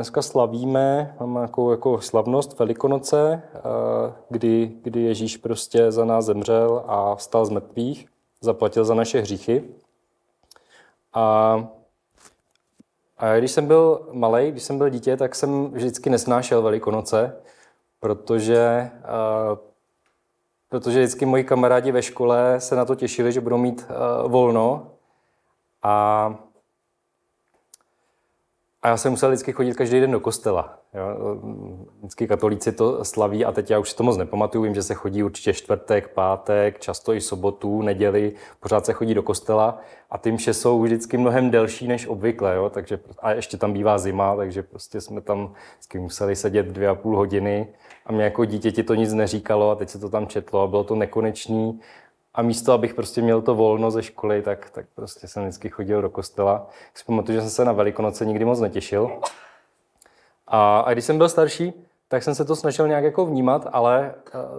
dneska slavíme, máme jako slavnost Velikonoce, kdy Ježíš prostě za nás zemřel a vstal z mrtvých, zaplatil za naše hříchy. A když jsem byl malej, když jsem byl dítě, tak jsem vždycky nesnášel Velikonoce, protože vždycky moji kamarádi ve škole se na to těšili, že budou mít volno. A já jsem musel vždycky chodit každý den do kostela. Jo. Vždycky katolíci to slaví a teď já už si to moc nepamatuju. Vím, že se chodí určitě čtvrtek, pátek, často i sobotu, neděli, pořád se chodí do kostela a ty mše jsou vždycky mnohem delší než obvykle. Jo. Takže, a ještě tam bývá zima, takže prostě jsme tam vždycky museli sedět 2,5 hodiny a mě jako dítěti to nic neříkalo a teď se to tam četlo a bylo to nekonečný. A místo, abych prostě měl to volno ze školy, tak prostě jsem vždycky chodil do kostela. Si pamatuju, že jsem se na Velikonoce nikdy moc netěšil. A když jsem byl starší, tak jsem se to snažil nějak jako vnímat, ale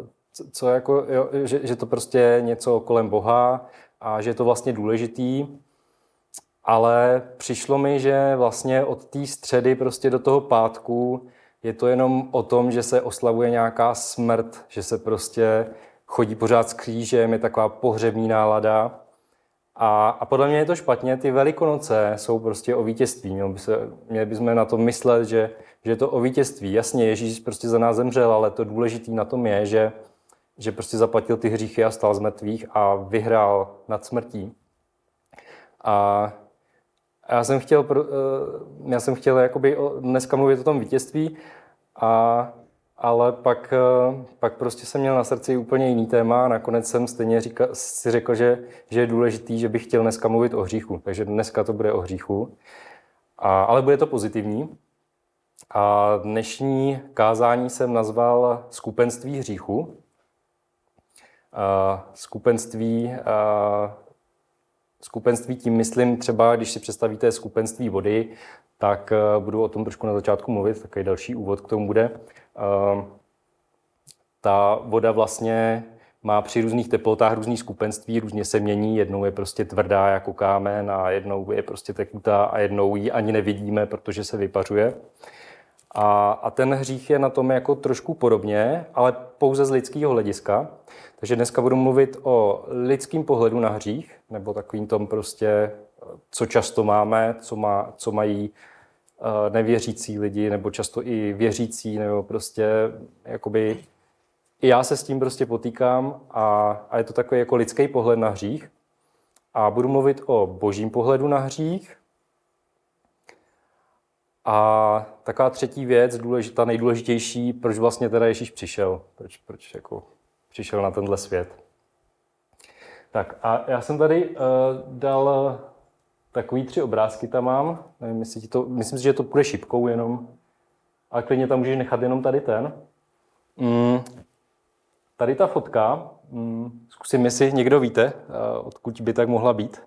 že to prostě je něco kolem Boha a že je to vlastně důležitý. Ale přišlo mi, že vlastně od té středy prostě do toho pátku je to jenom o tom, že se oslavuje nějaká smrt, že se prostě chodí pořád s křížem, je taková pohřební nálada. A podle mě je to špatně, ty Velikonoce jsou prostě o vítězství. Měli bychom na to myslet, že je to o vítězství. Jasně, Ježíš prostě za nás zemřel, ale to důležité na tom je, že prostě zaplatil ty hříchy a stál z mrtvých a vyhrál nad smrtí. A já jsem chtěl jakoby dneska mluvit o tom vítězství, ale pak prostě jsem měl na srdci úplně jiný téma a nakonec jsem stejně si řekl, že je důležitý, že bych chtěl dneska mluvit o hříchu. Takže dneska to bude o hříchu, ale bude to pozitivní. A dnešní kázání jsem nazval skupenství hříchu. Skupenství tím myslím třeba, když si představíte skupenství vody, tak budu o tom trošku na začátku mluvit, takový další úvod k tomu bude. Ta voda vlastně má při různých teplotách různý skupenství, různě se mění, jednou je prostě tvrdá jako kámen a jednou je prostě tekutá a jednou ji ani nevidíme, protože se vypařuje. A ten hřích je na tom jako trošku podobně, ale pouze z lidského hlediska. Takže dneska budu mluvit o lidském pohledu na hřích, nebo takovým tom prostě, co často máme, co mají nevěřící lidi, nebo často i věřící, nebo prostě jakoby i já se s tím prostě potýkám a je to takový jako lidský pohled na hřích. A budu mluvit o božím pohledu na hřích. A taková třetí věc, ta nejdůležitější, proč vlastně teda Ježíš přišel, proč jako přišel na tenhle svět. Tak a já jsem tady dal takový 3 obrázky tam mám, nevím, myslím si, že to půjde šipkou jenom, ale klidně tam můžeš nechat jenom tady ten. Tady ta fotka, zkusím, jestli někdo víte, odkud by tak mohla být.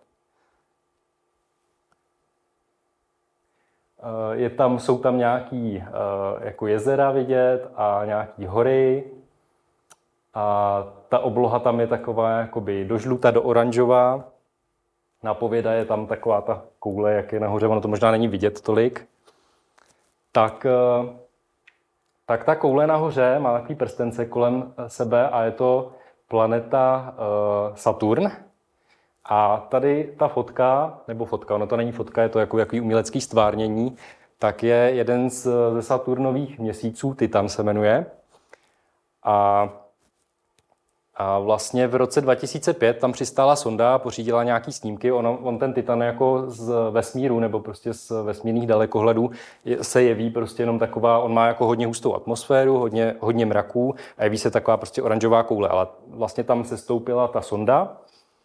Jsou tam nějaký jako jezera vidět a nějaký hory a ta obloha tam je taková jakoby do žluta, do oranžová. Nápověda je tam taková ta koule, jak je nahoře, ono to možná není vidět tolik. Tak ta koule nahoře má takový prstence kolem sebe a je to planeta Saturn. A tady ta fotka, ono to není fotka, je to jako jaký umělecký stvárnění, tak je jeden ze Saturnových měsíců, Titan se jmenuje. A vlastně v roce 2005 tam přistála sonda a pořídila nějaký snímky. On ten Titan jako z vesmíru nebo prostě z vesmírných dalekohledů se jeví prostě jenom taková, on má jako hodně hustou atmosféru, hodně mraků a jeví se taková prostě oranžová koule. Ale vlastně tam sestoupila ta sonda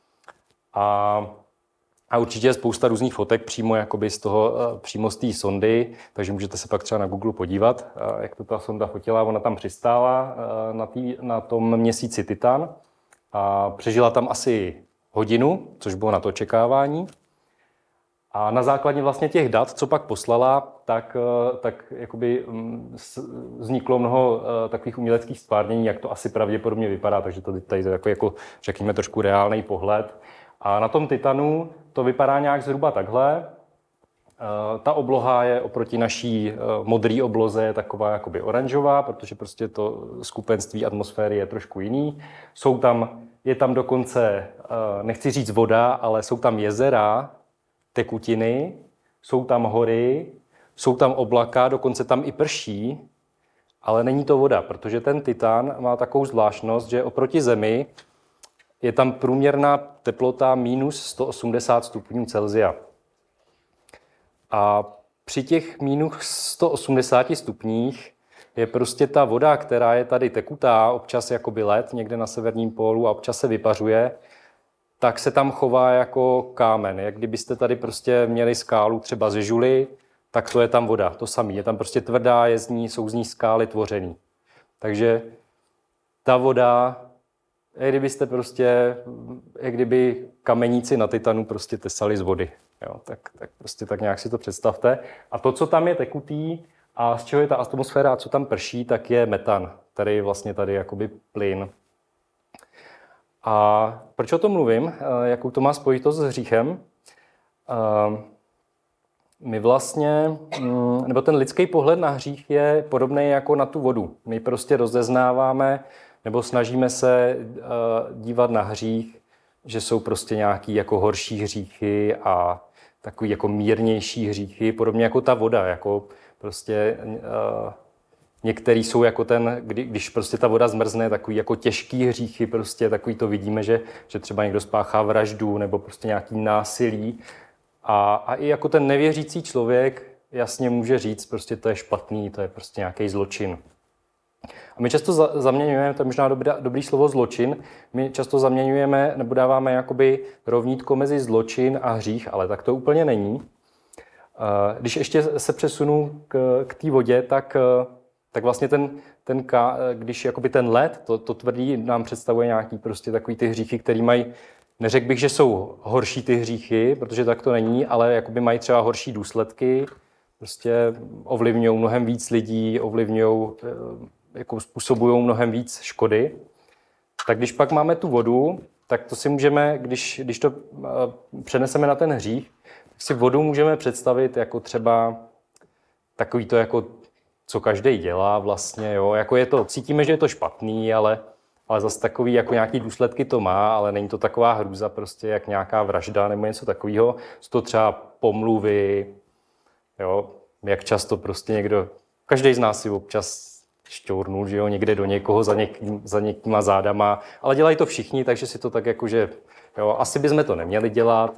a určitě je spousta různých fotek přímo z té sondy, takže můžete se pak třeba na Google podívat, jak to ta sonda fotila. Ona tam přistála na tom měsíci Titan a přežila tam asi hodinu, což bylo na to očekávání. A na základě vlastně těch dat, co pak poslala, tak jakoby vzniklo mnoho takových uměleckých stvárnění, jak to asi pravděpodobně vypadá, takže to tady je jako řekněme trošku reálný pohled. A na tom Titanu to vypadá nějak zhruba takhle. Ta obloha je oproti naší modré obloze je taková jakoby oranžová, protože prostě to skupenství atmosféry je trošku jiný. Je tam dokonce, nechci říct voda, ale jsou tam jezera, tekutiny, jsou tam hory, jsou tam oblaka, dokonce tam i prší, ale není to voda, protože ten Titan má takovou zvláštnost, že oproti Zemi je tam průměrná teplota minus 180 stupňů Celsia. A při těch minus 180 stupních je prostě ta voda, která je tady tekutá, občas jakoby led někde na severním pólu a občas se vypařuje, tak se tam chová jako kámen. Jak kdybyste tady prostě měli skálu třeba ze žuly, tak to je tam voda, to samé. Je tam prostě tvrdá, jsou z ní skály tvořený. Takže ta voda, jak kdyby kameníci na Titanu prostě tesali z vody. Jo, tak prostě tak nějak si to představte. A to, co tam je tekutý a z čeho je ta atmosféra a co tam prší, tak je metan, který je vlastně tady jakoby plyn. A proč o tom mluvím? Jakou to má spojitost s hříchem? My vlastně, nebo ten lidský pohled na hřích je podobný jako na tu vodu. My prostě rozeznáváme nebo snažíme se dívat na hřích, že jsou prostě nějaký jako horší hříchy a takový jako mírnější hříchy, podobně jako ta voda, jako prostě některý jsou jako když prostě ta voda zmrzne, takový jako těžký hříchy, prostě takový to vidíme, že třeba někdo spáchá vraždu nebo prostě nějaký násilí. A i jako ten nevěřící člověk jasně může říct, prostě to je špatný, to je prostě nějaký zločin. A my často zaměňujeme, to je možná dobrý slovo zločin, my často zaměňujeme nebo dáváme jakoby rovnítko mezi zločin a hřích, ale tak to úplně není. Když ještě se přesunu k té vodě, tak vlastně když jakoby ten led, to tvrdý nám představuje nějaký prostě takový ty hříchy, který mají, neřekl bych, že jsou horší ty hříchy, protože tak to není, ale jakoby mají třeba horší důsledky, prostě ovlivňují mnohem víc lidí, jako způsobují mnohem víc škody. Tak když pak máme tu vodu, tak to si můžeme, když to přeneseme na ten hřích, tak si vodu můžeme představit jako třeba takový to, jako co každý dělá vlastně, jo, jako cítíme, že je to špatný, ale zase takový, jako nějaký důsledky to má, ale není to taková hrůza prostě, jak nějaká vražda nebo něco takového. Jsou to třeba pomluvy, jo, jak často prostě každý z nás si občas šťournul, že jo, někde do někoho za někýma zádama, ale dělají to všichni, takže si to tak jakože, jo, asi bychom to neměli dělat,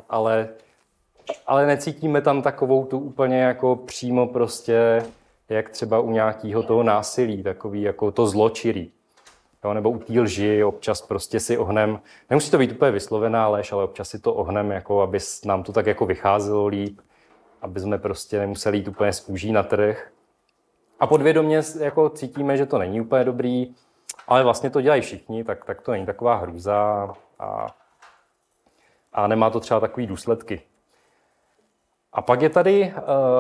ale necítíme tam takovou tu úplně jako přímo prostě, jak třeba u nějakého toho násilí, takový jako to zločirý. Jo, nebo u té lži občas prostě si ohnem, nemusí to být úplně vyslovená lež, ale občas si to ohnem, jako aby nám to tak jako vycházelo líp, aby jsme prostě nemuseli jít úplně z kůží na trh. A podvědomě jako cítíme, že to není úplně dobrý, ale vlastně to dělají všichni, tak to není taková hrůza a nemá to třeba takový důsledky. A pak je tady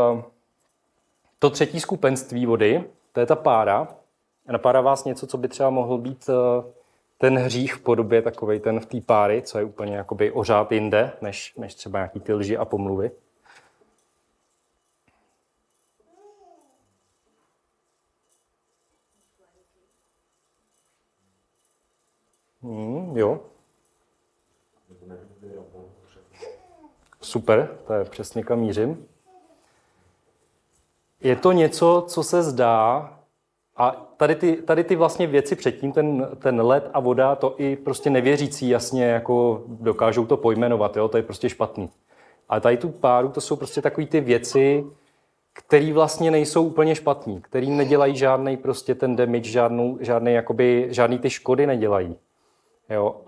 to třetí skupenství vody, to je ta pára. Napadá vás něco, co by třeba mohl být ten hřích v podobě takovej ten v té páry, co je úplně jakoby o řád jinde, než třeba nějaký ty lži a pomluvy? Jo. Super, to je přesně kam mířím. Je to něco, co se zdá, a tady ty vlastně věci předtím, ten led a voda, to i prostě nevěřící jasně jako dokážou to pojmenovat, jo? To je prostě špatný. Ale tady tu páru, to jsou prostě takové ty věci, které vlastně nejsou úplně špatný, který nedělají žádný prostě ten damage, žádný ty škody nedělají. Jo?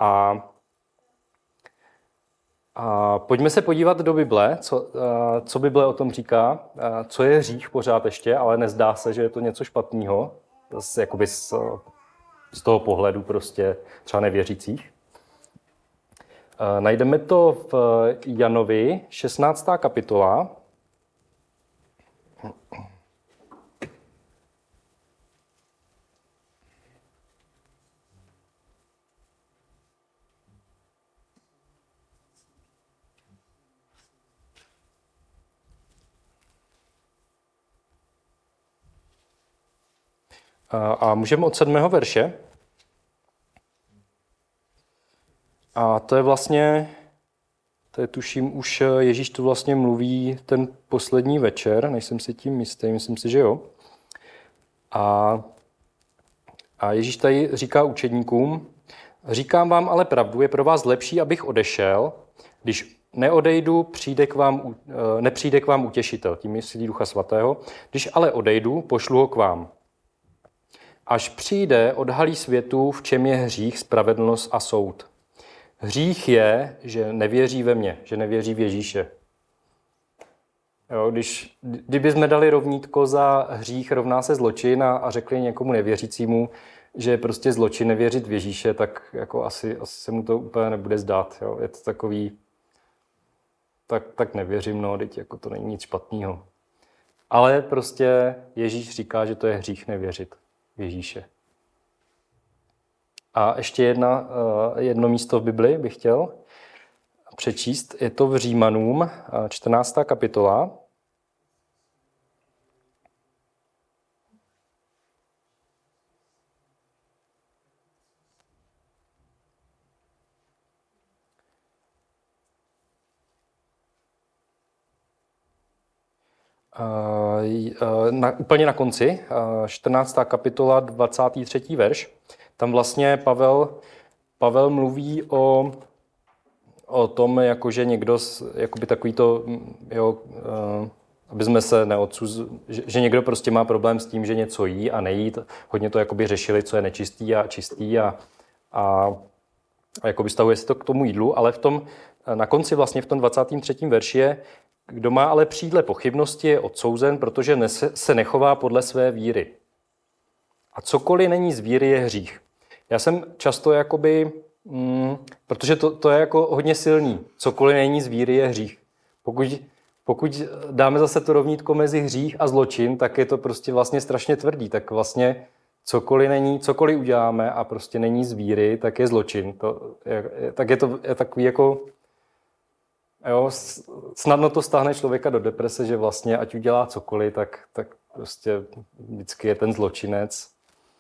A pojďme se podívat do Bible, co Bible o tom říká, co je hřích pořád ještě, ale nezdá se, že je to něco špatného, jakoby z toho pohledu prostě třeba nevěřících. Najdeme to v Janovi 16. kapitola. A můžeme od 7. verše. A to je vlastně, to je tuším už Ježíš tu vlastně mluví ten poslední večer, nejsem si tím jistý, myslím si, že jo. A Ježíš tady říká učedníkům, říkám vám ale pravdu, je pro vás lepší, abych odešel, když neodejdu, nepřijde k vám utěšitel, tím myslí Ducha Svatého, když ale odejdu, pošlu ho k vám. Až přijde, odhalí světu, v čem je hřích, spravedlnost a soud. Hřích je, že nevěří ve mě, že nevěří v Ježíše. Jo, kdybychom dali rovnítko za hřích rovná se zločin a řekli někomu nevěřícímu, že je prostě zločin nevěřit v Ježíše, tak jako asi se mu to úplně nebude zdát. Jo. Je to takový, tak nevěřím, no, teď jako to není nic špatného. Ale prostě Ježíš říká, že to je hřích nevěřit v Ježíše. A ještě jedno místo v Bibli bych chtěl přečíst. Je to v Římanům, 14. kapitola. Úplně na konci, 14. kapitola, 23. verš. Tam vlastně Pavel mluví o tom, jako že někdo, jakoby takový to, jo, aby jsme se že někdo prostě má problém s tím, že něco jí a nejí. Hodně to jakoby řešili, co je nečistý a čistý a jakoby stavuje se to k tomu jídlu, ale na konci vlastně v tom 23. verši je, kdo má ale přídle pochybnosti, je odsouzen, protože se nechová podle své víry. A cokoliv není z víry, je hřích. Já jsem často jakoby, protože to je jako hodně silný, cokoliv není z víry, je hřích. Pokud dáme zase to rovnítko mezi hřích a zločin, tak je to prostě vlastně strašně tvrdý. Tak vlastně cokoliv uděláme a prostě není z víry, tak je zločin. Tak je to takový jako, jo, snadno to stáhne člověka do deprese, že vlastně ať udělá cokoliv, tak prostě vždycky je ten zločinec.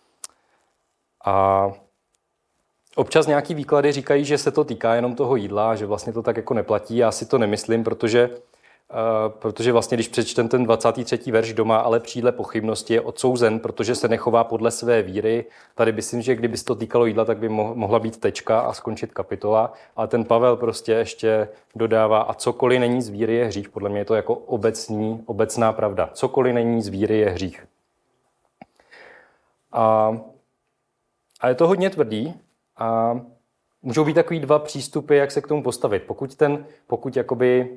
A občas nějaký výklady říkají, že se to týká jenom toho jídla, že vlastně to tak jako neplatí. Já si to nemyslím, protože vlastně, když přečtem ten 23. verš doma, ale přídle pochybnosti je odsouzen, protože se nechová podle své víry. Tady myslím, že kdyby se to týkalo jídla, tak by mohla být tečka a skončit kapitola. Ale ten Pavel prostě ještě dodává, a cokoliv není z víry, je hřích. Podle mě je to jako obecná pravda. Cokoliv není z víry, je hřích. A je to hodně tvrdý a můžou být takový dva přístupy, jak se k tomu postavit. Pokud jakoby,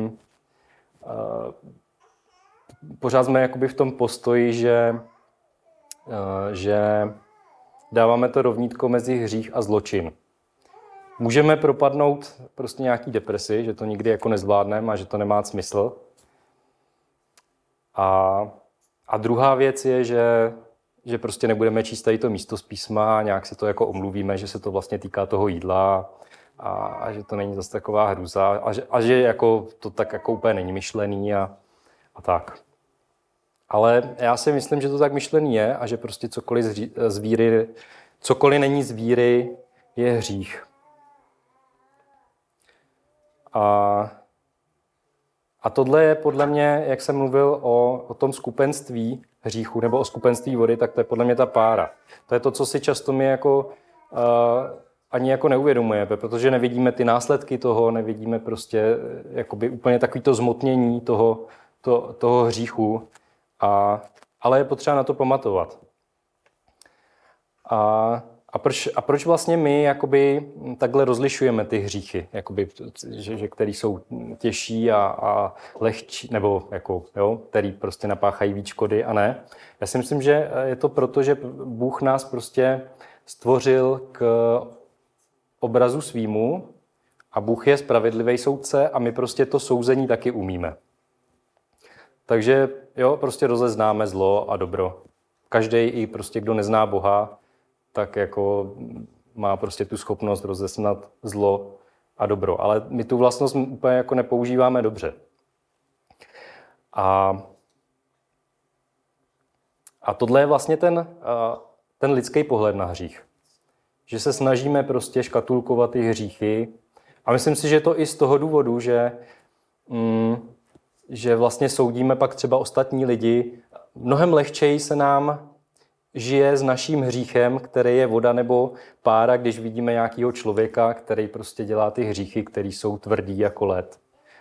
pořád jsme jakoby v tom postoji, že dáváme to rovnítko mezi hřích a zločin. Můžeme propadnout prostě nějaký depresi, že to nikdy jako nezvládneme a že to nemá smysl. A druhá věc je, že prostě nebudeme číst tady to místo z písma a nějak se to jako omluvíme, že se to vlastně týká toho jídla a že to není zase taková hruza a že jako to tak jako úplně není myšlený a tak. Ale já si myslím, že to tak myšlený je a že prostě cokoliv není z víry, je hřích. A tohle je podle mě, jak jsem mluvil o tom skupenství hříchu nebo o skupenství vody, tak to je podle mě ta pára. To je to, co si často my jako ani jako neuvědomujeme, protože nevidíme ty následky toho, nevidíme prostě jakoby úplně takový to zmotnění toho hříchu, ale je potřeba na to pamatovat. A proč vlastně my jakoby takhle rozlišujeme ty hříchy, jakoby, že který jsou těžší a lehčí, nebo jako, jo, který prostě napáchají víc škody a ne? Já si myslím, že je to proto, že Bůh nás prostě stvořil k obrazu svýmu a Bůh je spravedlivý soudce a my prostě to souzení taky umíme. Takže jo, prostě rozeznáme zlo a dobro. Každý, i prostě kdo nezná Boha, tak jako má prostě tu schopnost rozeznat zlo a dobro. Ale my tu vlastnost úplně jako nepoužíváme dobře. A tohle je vlastně ten lidský pohled na hřích. Že se snažíme prostě škatulkovat ty hříchy. A myslím si, že to i z toho důvodu, že vlastně soudíme pak třeba ostatní lidi. Mnohem lehčeji se nám žije s naším hříchem, který je voda nebo pára, když vidíme nějakého člověka, který prostě dělá ty hříchy, které jsou tvrdý jako led.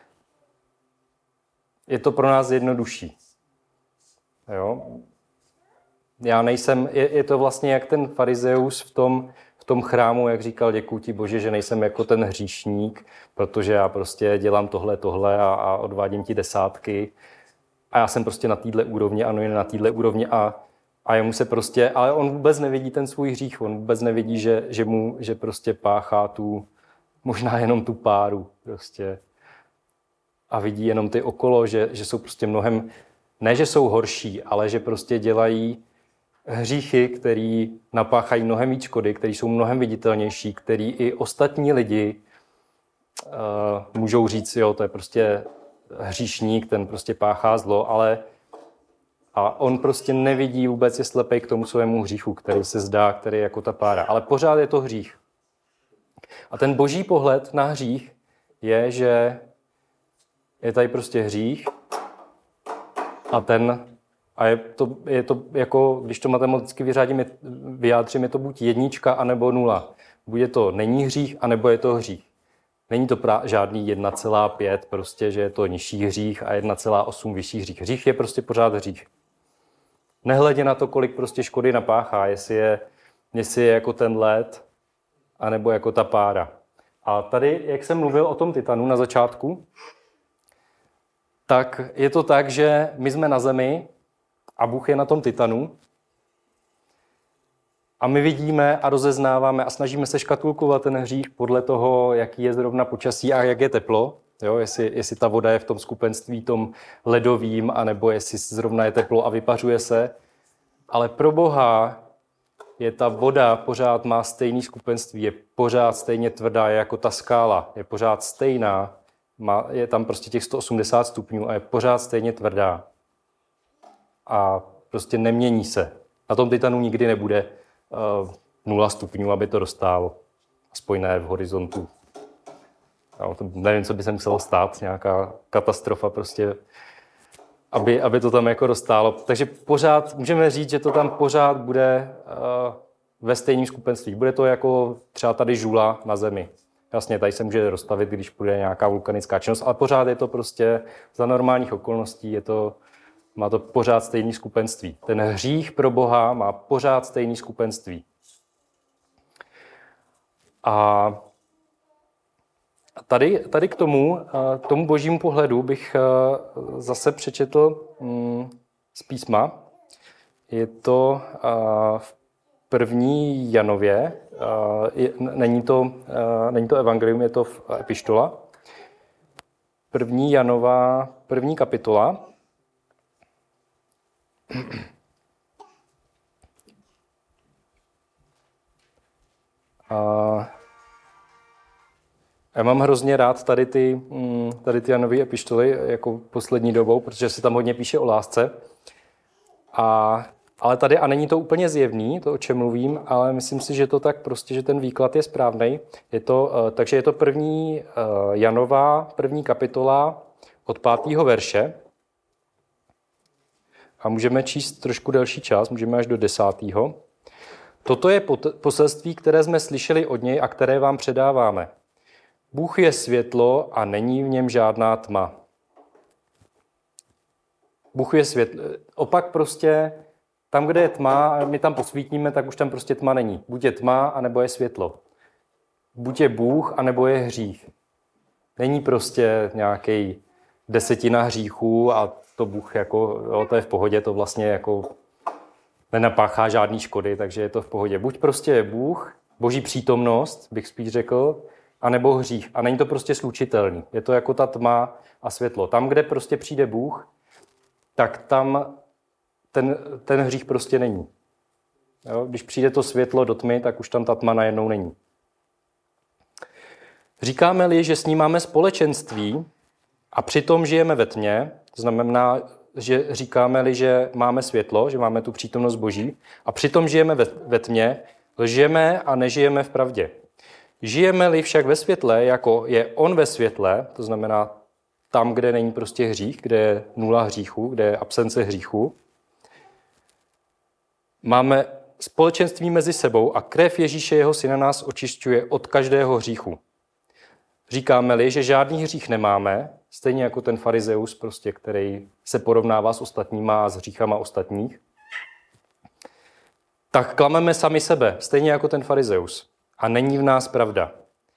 Je to pro nás jednodušší. Jo? Já nejsem, je to vlastně jak ten farizeus v tom chrámu, jak říkal, děkuji ti Bože, že nejsem jako ten hříšník, protože já prostě dělám tohle a odvádím ti desátky. A já jsem prostě na téhle úrovni, ano, jen na téhle úrovni a jemu se prostě, ale on vůbec nevidí ten svůj hřích, on vůbec nevidí, že prostě páchá možná jenom tu páru prostě. A vidí jenom ty okolo, že jsou prostě mnohem, ne, že jsou horší, ale že prostě dělají hříchy, který napáchají mnohem víc škody, který jsou mnohem viditelnější, který i ostatní lidi můžou říct, jo, to je prostě hříšník, ten prostě páchá zlo, a on prostě nevidí vůbec, je slepej k tomu svému hříchu, který se zdá, který je jako ta pára. Ale pořád je to hřích. A ten boží pohled na hřích je, že je tady prostě hřích a je to jako, když to matematicky vyjádřím, je to buď 1 anebo 0. Buď je to není hřích, anebo je to hřích. Není to žádný 1,5, prostě, že je to nižší hřích a 1,8 vyšší hřích. Hřích je prostě pořád hřích. Nehledě na to, kolik prostě škody napáchá, jestli je jako ten led, anebo jako ta pára. A tady, jak jsem mluvil o tom titanu na začátku, tak je to tak, že my jsme na zemi a Bůh je na tom titanu a my vidíme a rozeznáváme a snažíme se škatulkovat ten hřích podle toho, jaký je zrovna počasí a jak je teplo. Jo, jestli ta voda je v tom skupenství tom ledovým, anebo jestli zrovna je teplo a vypařuje se. Ale pro Boha je ta voda pořád má stejný skupenství, je pořád stejně tvrdá, je jako ta skála, je pořád stejná, je tam prostě těch 180 stupňů a je pořád stejně tvrdá. A prostě nemění se. Na tom titanu nikdy nebude 0 stupňů, aby to dostálo. Aspoň ne v horizontu. Nevím, co by se muselo stát, nějaká katastrofa prostě, aby to tam jako dostálo. Takže pořád, můžeme říct, že to tam pořád bude ve stejném skupenství. Bude to jako třeba tady žula na zemi. Jasně, tady se může rozstavit, když bude nějaká vulkanická činnost, ale pořád je to prostě za normálních okolností, má to pořád stejné skupenství. Ten hřích pro Boha má pořád stejné skupenství. A tady k tomu božímu pohledu bych zase přečetl z písma. Je to v 1. Janově, není to evangelium, je to v epištola. 1. Janova, 1. kapitola. Já mám hrozně rád tady ty Janové epištoly jako poslední dobou, protože se tam hodně píše o lásce. Ale tady, a není to úplně zjevný, to, o čem mluvím, ale myslím si, že to tak prostě, že ten výklad je správný. Takže je to 1. Janova, 1. kapitola od 5. verše. A můžeme číst trošku delší čas, můžeme až do 10. Toto je poselství, které jsme slyšeli od něj a které vám předáváme. Bůh je světlo a není v něm žádná tma. Bůh je světlo. Opak prostě, tam, kde je tma a my tam posvítíme, tak už tam prostě tma není. Buď je tma, anebo je světlo. Buď je Bůh, anebo je hřích. Není prostě nějaký 10 hříchů a to Bůh jako, jo, to je v pohodě, to vlastně jako nenapáchá žádný škody, takže je to v pohodě. Buď prostě je Bůh, boží přítomnost, bych spíš řekl, anebo hřích. A není to prostě slučitelný. Je to jako ta tma a světlo. Tam, kde prostě přijde Bůh, tak tam ten hřích prostě není. Jo? Když přijde to světlo do tmy, tak už tam ta tma najednou není. Říkáme-li, že s ním máme společenství a přitom žijeme ve tmě, to znamená, že říkáme-li, že máme světlo, že máme tu přítomnost Boží a přitom žijeme ve tmě, lžeme a nežijeme v pravdě. Žijeme-li však ve světle, jako je on ve světle, to znamená tam, kde není prostě hřích, kde je nula hříchu, kde je absence hříchu, máme společenství mezi sebou a krev Ježíše, jeho syna, nás očišťuje od každého hříchu. Říkáme-li, že žádný hřích nemáme, stejně jako ten farizeus, prostě, který se porovnává s ostatníma a s hříchama ostatních, tak klameme sami sebe, stejně jako ten farizeus. A není v nás pravda.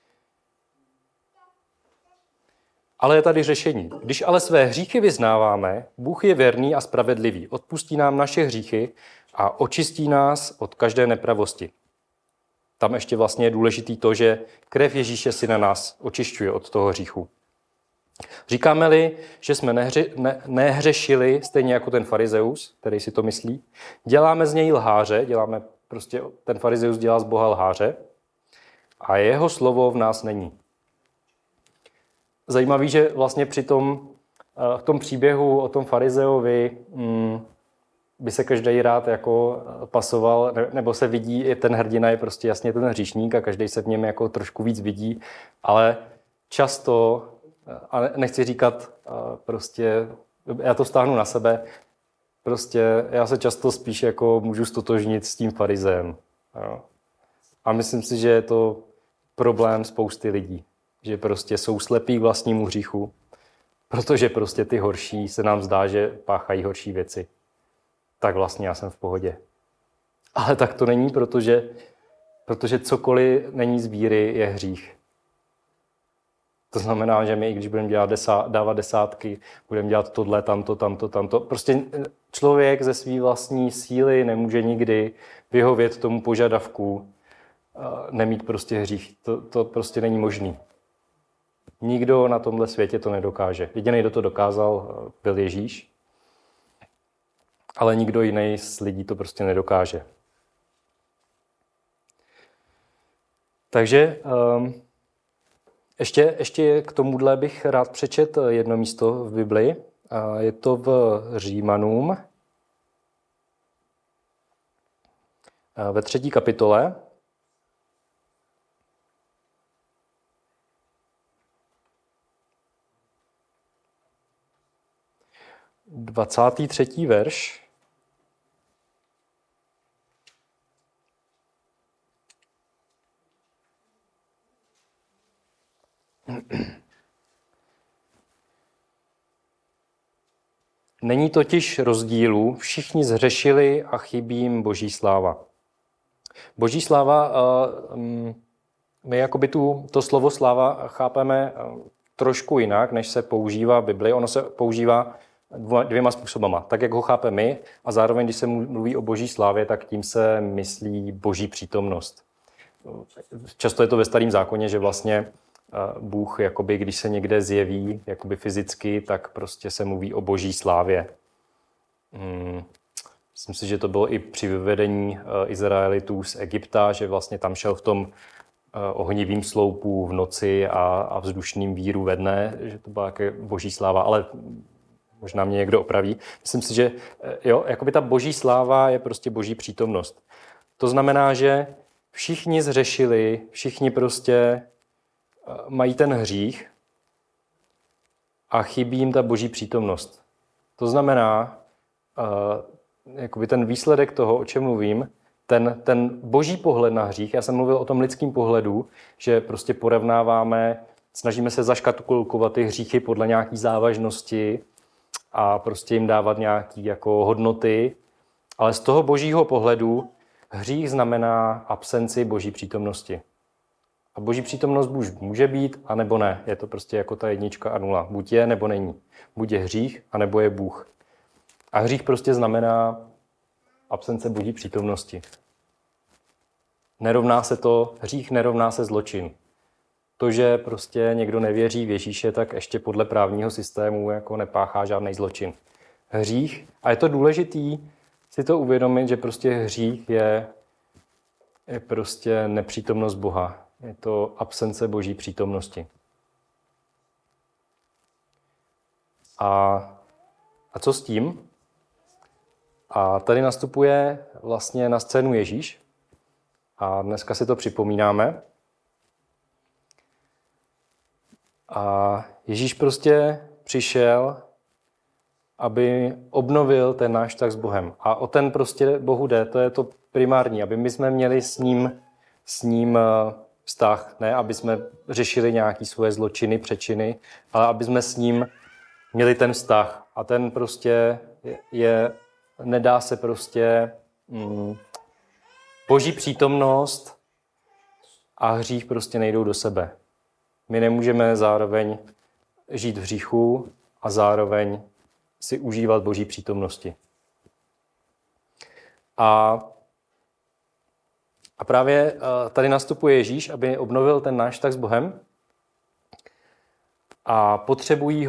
Ale je tady řešení. Když ale své hříchy vyznáváme, Bůh je věrný a spravedlivý. Odpustí nám naše hříchy a očistí nás od každé nepravosti. Tam ještě vlastně je důležitý to, že krev Ježíše syna nás očišťuje od toho hříchu. Říkáme-li, že jsme nehřešili, stejně jako ten farizeus, který si to myslí, děláme z něj lháře, ten farizeus dělá z Boha lháře a jeho slovo v nás není. Zajímavý, že vlastně v tom příběhu o tom farizeovi by se každý rád jako pasoval, nebo se vidí, ten hrdina je prostě jasně ten hříšník a každý se v něm jako trošku víc vidí, ale často, a nechci říkat prostě, já to stáhnu na sebe, prostě já se často spíš jako můžu stotožnit s tím farizeem. Jo. A myslím si, že je to problém spousty lidí, že prostě jsou slepí k vlastnímu hříchu, protože prostě ty horší se nám zdá, že páchají horší věci. Tak vlastně já jsem v pohodě. Ale tak to není, protože cokoliv není z víry, je hřích. To znamená, že my, i když budeme dávat desátky, budeme dělat tohle, tamto. Prostě člověk ze své vlastní síly nemůže nikdy vyhovět tomu požadavku nemít prostě hřích. To prostě není možný. Nikdo na tomhle světě to nedokáže. Jediný, kdo to dokázal, byl Ježíš. Ale nikdo jiný z lidí to prostě nedokáže. Takže ještě k tomuhle bych rád přečet jedno místo v Bibli. Je to v Římanům ve 3. kapitole. 23. verš. Není totiž rozdílu, všichni zhřešili a chybí jim boží sláva. Boží sláva, my jakoby to slovo sláva chápeme trošku jinak, než se používá v Bibli. Ono se používá dvěma způsobama. Tak, jak ho chápeme my, a zároveň, když se mluví o boží slávě, tak tím se myslí boží přítomnost. Často je to ve Starém zákoně, že vlastně Bůh, jakoby, když se někde zjeví jakoby fyzicky, tak prostě se mluví o boží slávě. Myslím si, že to bylo i při vyvedení Izraelitů z Egypta, že vlastně tam šel v tom ohnivým sloupu v noci a vzdušným víru ve dne, že to byla jaké boží sláva, ale možná mě někdo opraví. Myslím si, že jo, jakoby ta boží sláva je prostě boží přítomnost. To znamená, že všichni zřešili, všichni prostě mají ten hřích a chybí jim ta boží přítomnost. To znamená, jakoby ten výsledek toho, o čem mluvím, ten boží pohled na hřích, já jsem mluvil o tom lidském pohledu, že prostě porovnáváme, snažíme se zaškatulkovat ty hříchy podle nějaký závažnosti a prostě jim dávat nějaké jako hodnoty, ale z toho božího pohledu hřích znamená absenci boží přítomnosti. A boží přítomnost buď může být, anebo ne. Je to prostě jako ta 1 a 0. Buď je, nebo není. Buď je hřích, anebo je Bůh. A hřích prostě znamená absence boží přítomnosti. Hřích nerovná se zločin. To, že prostě někdo nevěří v Ježíše, tak ještě podle právního systému jako nepáchá žádný zločin. Hřích, a je to důležitý si to uvědomit, že prostě hřích je prostě nepřítomnost Boha. Je to absence boží přítomnosti. A A co s tím? A tady nastupuje vlastně na scénu Ježíš. A dneska si to připomínáme. A Ježíš prostě přišel, aby obnovil ten náš vztah s Bohem. A o ten prostě Bohu jde, to je to primární, aby my jsme měli s ním vztah, ne aby jsme řešili nějaké svoje zločiny, přečiny, ale aby jsme s ním měli ten vztah. A ten prostě nedá se prostě Boží přítomnost a hřích prostě nejdou do sebe. My nemůžeme zároveň žít v hříchu a zároveň si užívat Boží přítomnosti. A právě tady nastupuje Ježíš, aby obnovil ten náš vztah s Bohem. A potřebují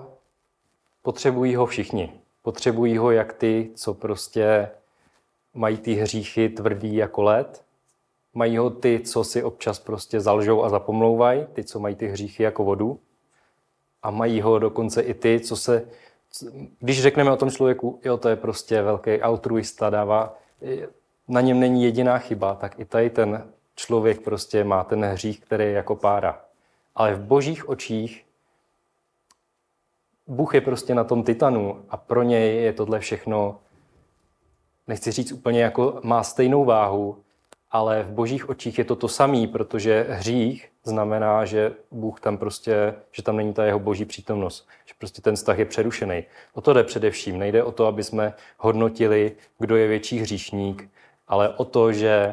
ho všichni. Potřebují ho jak ty, co prostě mají ty hříchy tvrdý jako led. Mají ho ty, co si občas prostě zalžou a zapomlouvají, ty, co mají ty hříchy jako vodu. A mají ho dokonce i ty, když řekneme o tom člověku, jo, to je prostě velký altruista, na něm není jediná chyba, tak i tady ten člověk prostě má ten hřích, který je jako pára. Ale v Božích očích Bůh je prostě na tom titanu a pro něj je tohle všechno, nechci říct úplně jako má stejnou váhu, ale v Božích očích je to samý, protože hřích znamená, že Bůh tam prostě, že tam není ta jeho Boží přítomnost, že prostě ten vztah je přerušený. O to jde především. Nejde o to, aby jsme hodnotili, kdo je větší hříšník, ale o to, že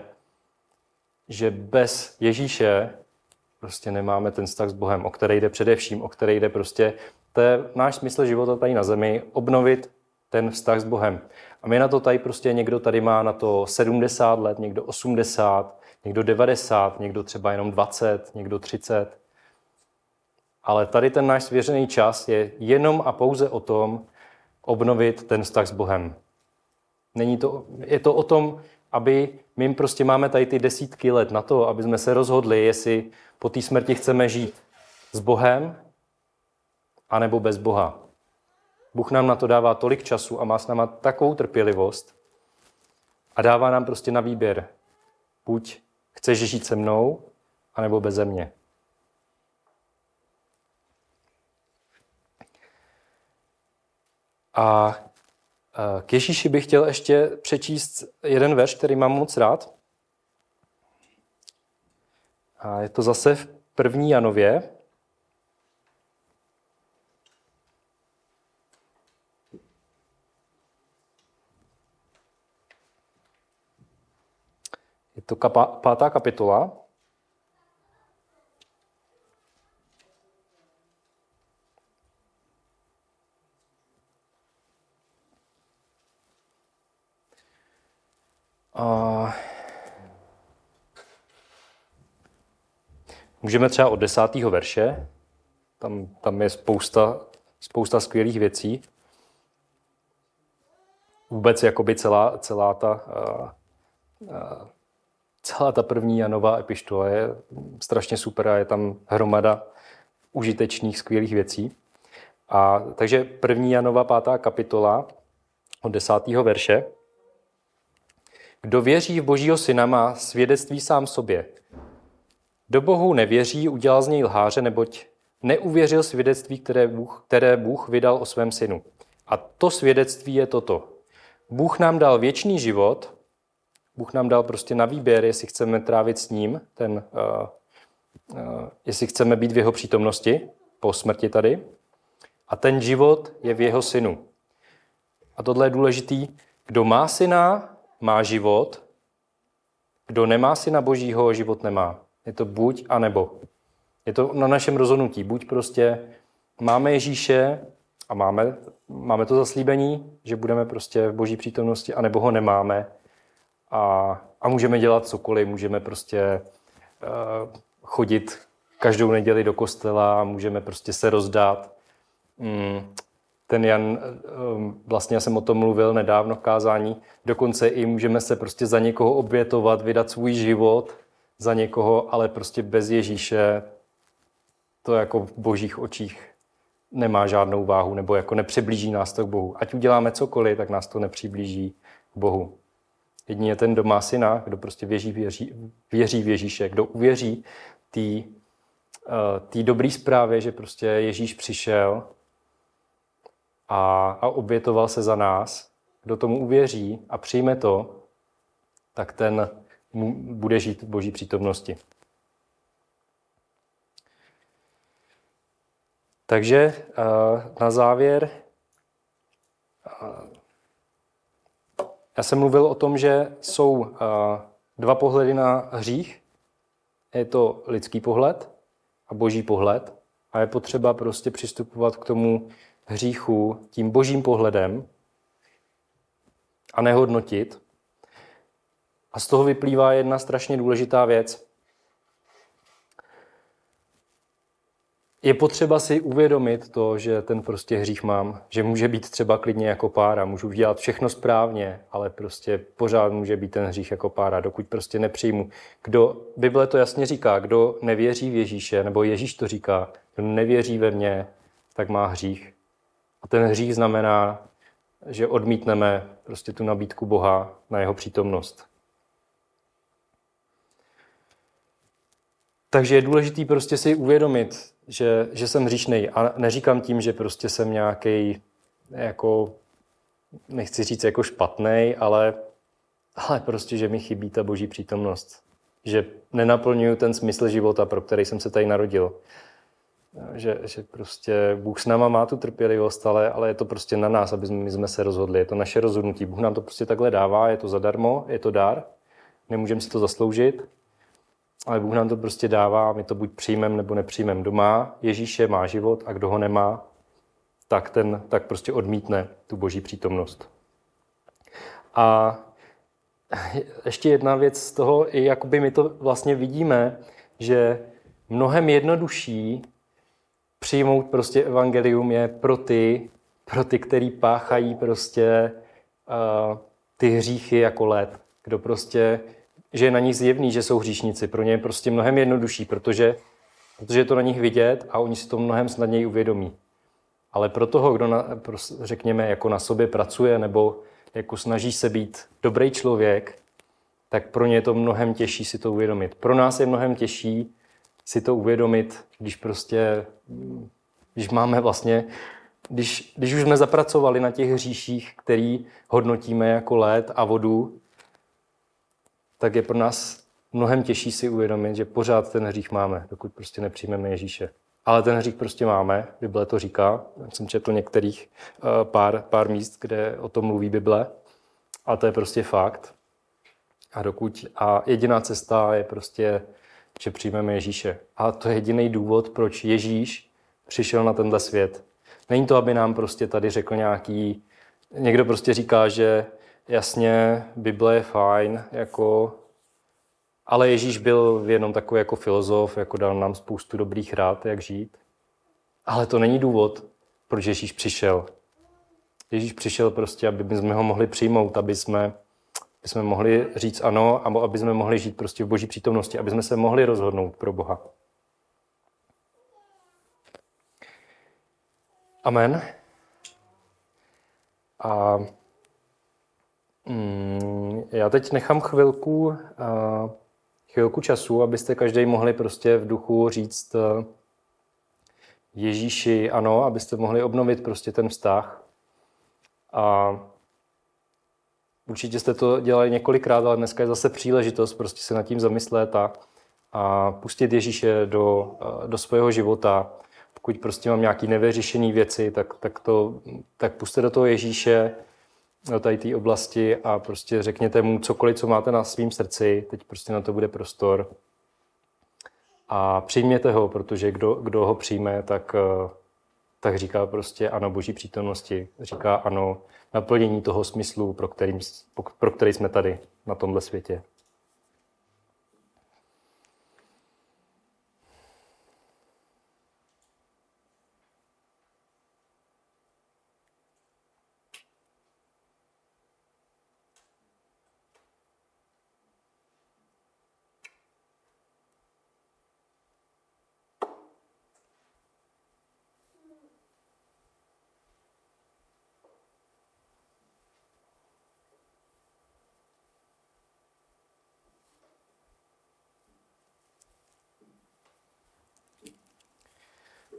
bez Ježíše prostě nemáme ten vztah s Bohem, o který jde především, o který jde prostě, to je náš smysl života tady na zemi, obnovit ten vztah s Bohem. A my na to tady prostě někdo tady má na to 70 let, někdo 80, někdo 90, někdo třeba jenom 20, někdo 30. Ale tady ten náš svěřený čas je jenom a pouze o tom obnovit ten vztah s Bohem. Je to o tom, aby my prostě máme tady ty desítky let na to, aby jsme se rozhodli, jestli po té smrti chceme žít s Bohem, anebo bez Boha. Bůh nám na to dává tolik času a má s náma takovou trpělivost a dává nám prostě na výběr. Buď chceš žít se mnou, anebo beze mě. A k Ježíši bych chtěl ještě přečíst jeden verš, který mám moc rád. A je to zase v 1. Janově. Je to 5. kapitola. A můžeme třeba od 10. verše. Tam je spousta skvělých věcí. Vůbec jakoby celá ta 1. Janova epištola je strašně super a je tam hromada užitečných, skvělých věcí. Takže 1. Janova 5. kapitola od 10. verše. Kdo věří v Božího syna, má svědectví sám sobě. Kdo Bohu nevěří, udělal z něj lháře, neboť neuvěřil svědectví, které Bůh vydal o svém synu. A to svědectví je toto. Bůh nám dal věčný život, Bůh nám dal prostě na výběr, jestli chceme trávit s ním, jestli chceme být v jeho přítomnosti po smrti tady. A ten život je v jeho synu. A tohle je důležitý. Kdo má syna, má život. Kdo nemá syna Božího, život nemá. Je to buď a nebo. Je to na našem rozhodnutí. Buď prostě máme Ježíše a máme to zaslíbení, že budeme prostě v Boží přítomnosti, anebo ho nemáme. A můžeme dělat cokoliv, můžeme prostě chodit každou neděli do kostela, můžeme prostě se rozdát. Ten Jan, vlastně já jsem o tom mluvil nedávno v kázání, dokonce i můžeme se prostě za někoho obětovat, vydat svůj život za někoho, ale prostě bez Ježíše to jako v Božích očích nemá žádnou váhu, nebo jako nepřiblíží nás to k Bohu. Ať uděláme cokoliv, tak nás to nepřiblíží k Bohu. Jedině ten, kdo má syna, kdo prostě věří v Ježíše, kdo uvěří té dobré zprávě, že prostě Ježíš přišel a obětoval se za nás, kdo tomu uvěří a přijme to, tak ten bude žít v Boží přítomnosti. Takže na závěr, já jsem mluvil o tom, že jsou dva pohledy na hřích. Je to lidský pohled a boží pohled. A je potřeba prostě přistupovat k tomu hříchu tím božím pohledem a nehodnotit. A z toho vyplývá jedna strašně důležitá věc. Je potřeba si uvědomit to, že ten prostě hřích mám, že může být třeba klidně jako pára, můžu dělat všechno správně, ale prostě pořád může být ten hřích jako pára, dokud prostě nepřijmu. Bible to jasně říká, kdo nevěří v Ježíše, nebo Ježíš to říká, kdo nevěří ve mě, tak má hřích. A ten hřích znamená, že odmítneme prostě tu nabídku Boha na jeho přítomnost. Takže je důležitý prostě si uvědomit, že jsem hříšnej. A neříkám tím, že prostě jsem nějaký, jako, nechci říct jako špatnej, ale prostě, že mi chybí ta boží přítomnost. Že nenaplňuju ten smysl života, pro který jsem se tady narodil. Že prostě Bůh s náma má tu trpělivost, ale je to prostě na nás, aby jsme se rozhodli. Je to naše rozhodnutí. Bůh nám to prostě takhle dává, je to zadarmo, je to dar. Nemůžeme si to zasloužit. Ale Bůh nám to prostě dává, my to buď přijmeme, nebo nepřijmeme. Kdo má Ježíše, má život, a kdo ho nemá, tak prostě odmítne tu boží přítomnost. A ještě jedna věc z toho, i jakoby my to vlastně vidíme, že mnohem jednodušší přijmout prostě evangelium je pro ty, který páchají prostě ty hříchy jako led. Kdo prostě, že je na nich zjevný, že jsou hříšníci. Pro ně je prostě mnohem jednodušší, protože je to na nich vidět a oni si to mnohem snadněji uvědomí. Ale pro toho, kdo řekněme, jako na sobě pracuje nebo jako snaží se být dobrý člověk, tak pro ně je to mnohem těžší si to uvědomit. Pro nás je mnohem těžší si to uvědomit, když máme vlastně, když už jsme zapracovali na těch hříších, který hodnotíme jako led a vodu, tak je pro nás mnohem těžší si uvědomit, že pořád ten hřích máme, dokud prostě nepřijmeme Ježíše. Ale ten hřích prostě máme, Bible to říká. Já jsem četl některých pár míst, kde o tom mluví Bible. A to je prostě fakt. A jediná cesta je prostě, že přijmeme Ježíše. A to je jediný důvod, proč Ježíš přišel na tenhle svět. Není to, aby nám prostě tady řekl někdo prostě říká, že jasně, Bible je fajn, ale Ježíš byl jenom takový jako filozof, jako dal nám spoustu dobrých rád, jak žít. Ale to není důvod, proč Ježíš přišel. Ježíš přišel prostě, aby jsme ho mohli přijmout, aby jsme mohli říct ano, a aby jsme mohli žít prostě v boží přítomnosti, aby jsme se mohli rozhodnout pro Boha. Amen. A já teď nechám chvilku času, abyste každý mohli prostě v duchu říct Ježíši ano, abyste mohli obnovit prostě ten vztah. A určitě jste to dělali několikrát, ale dneska je zase příležitost prostě se nad tím zamyslet a pustit Ježíše do svého života. Pokud prostě mám nějaké nevyřešené věci, tak pusťte do toho Ježíše, do tady té oblasti a prostě řekněte mu cokoliv, co máte na svém srdci. Teď prostě na to bude prostor. A přijměte ho, protože kdo ho přijme, tak říká prostě ano boží přítomnosti. Říká ano naplnění toho smyslu, pro který jsme tady na tomhle světě.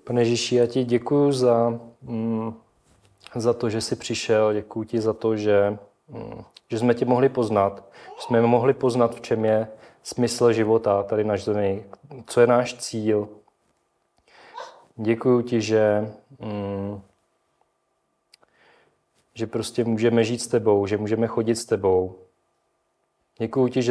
Pane Ježíši, já ti děkuju za to, že jsi přišel, děkuju ti za to, že jsme tě mohli poznat, že jsme mohli poznat, v čem je smysl života tady na zemi, co je náš cíl. Děkuju ti, že prostě můžeme žít s tebou, že můžeme chodit s tebou. Děkuju ti,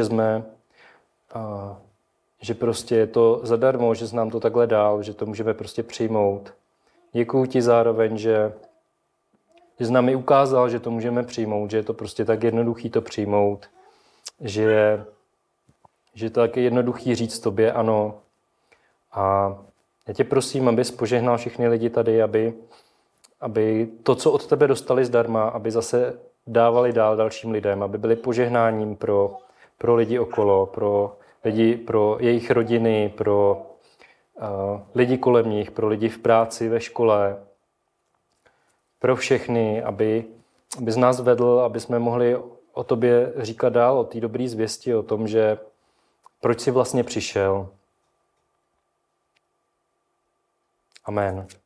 že prostě je to zadarmo, že jsi nám to takhle dal, že to můžeme prostě přijmout. Děkuju ti zároveň, že jsi nám i ukázal, že to můžeme přijmout, že je to prostě tak jednoduchý to přijmout, že je to tak jednoduchý říct tobě ano. A já tě prosím, abys požehnal všechny lidi tady, aby to, co od tebe dostali zdarma, aby zase dávali dál dalším lidem, aby byli požehnáním pro lidi okolo, pro lidi, pro jejich rodiny, pro lidi kolem nich, pro lidi v práci, ve škole, pro všechny, aby z nás vedl, aby jsme mohli o tobě říkat dál, o té dobré zvěsti, o tom, že proč jsi vlastně přišel. Amen.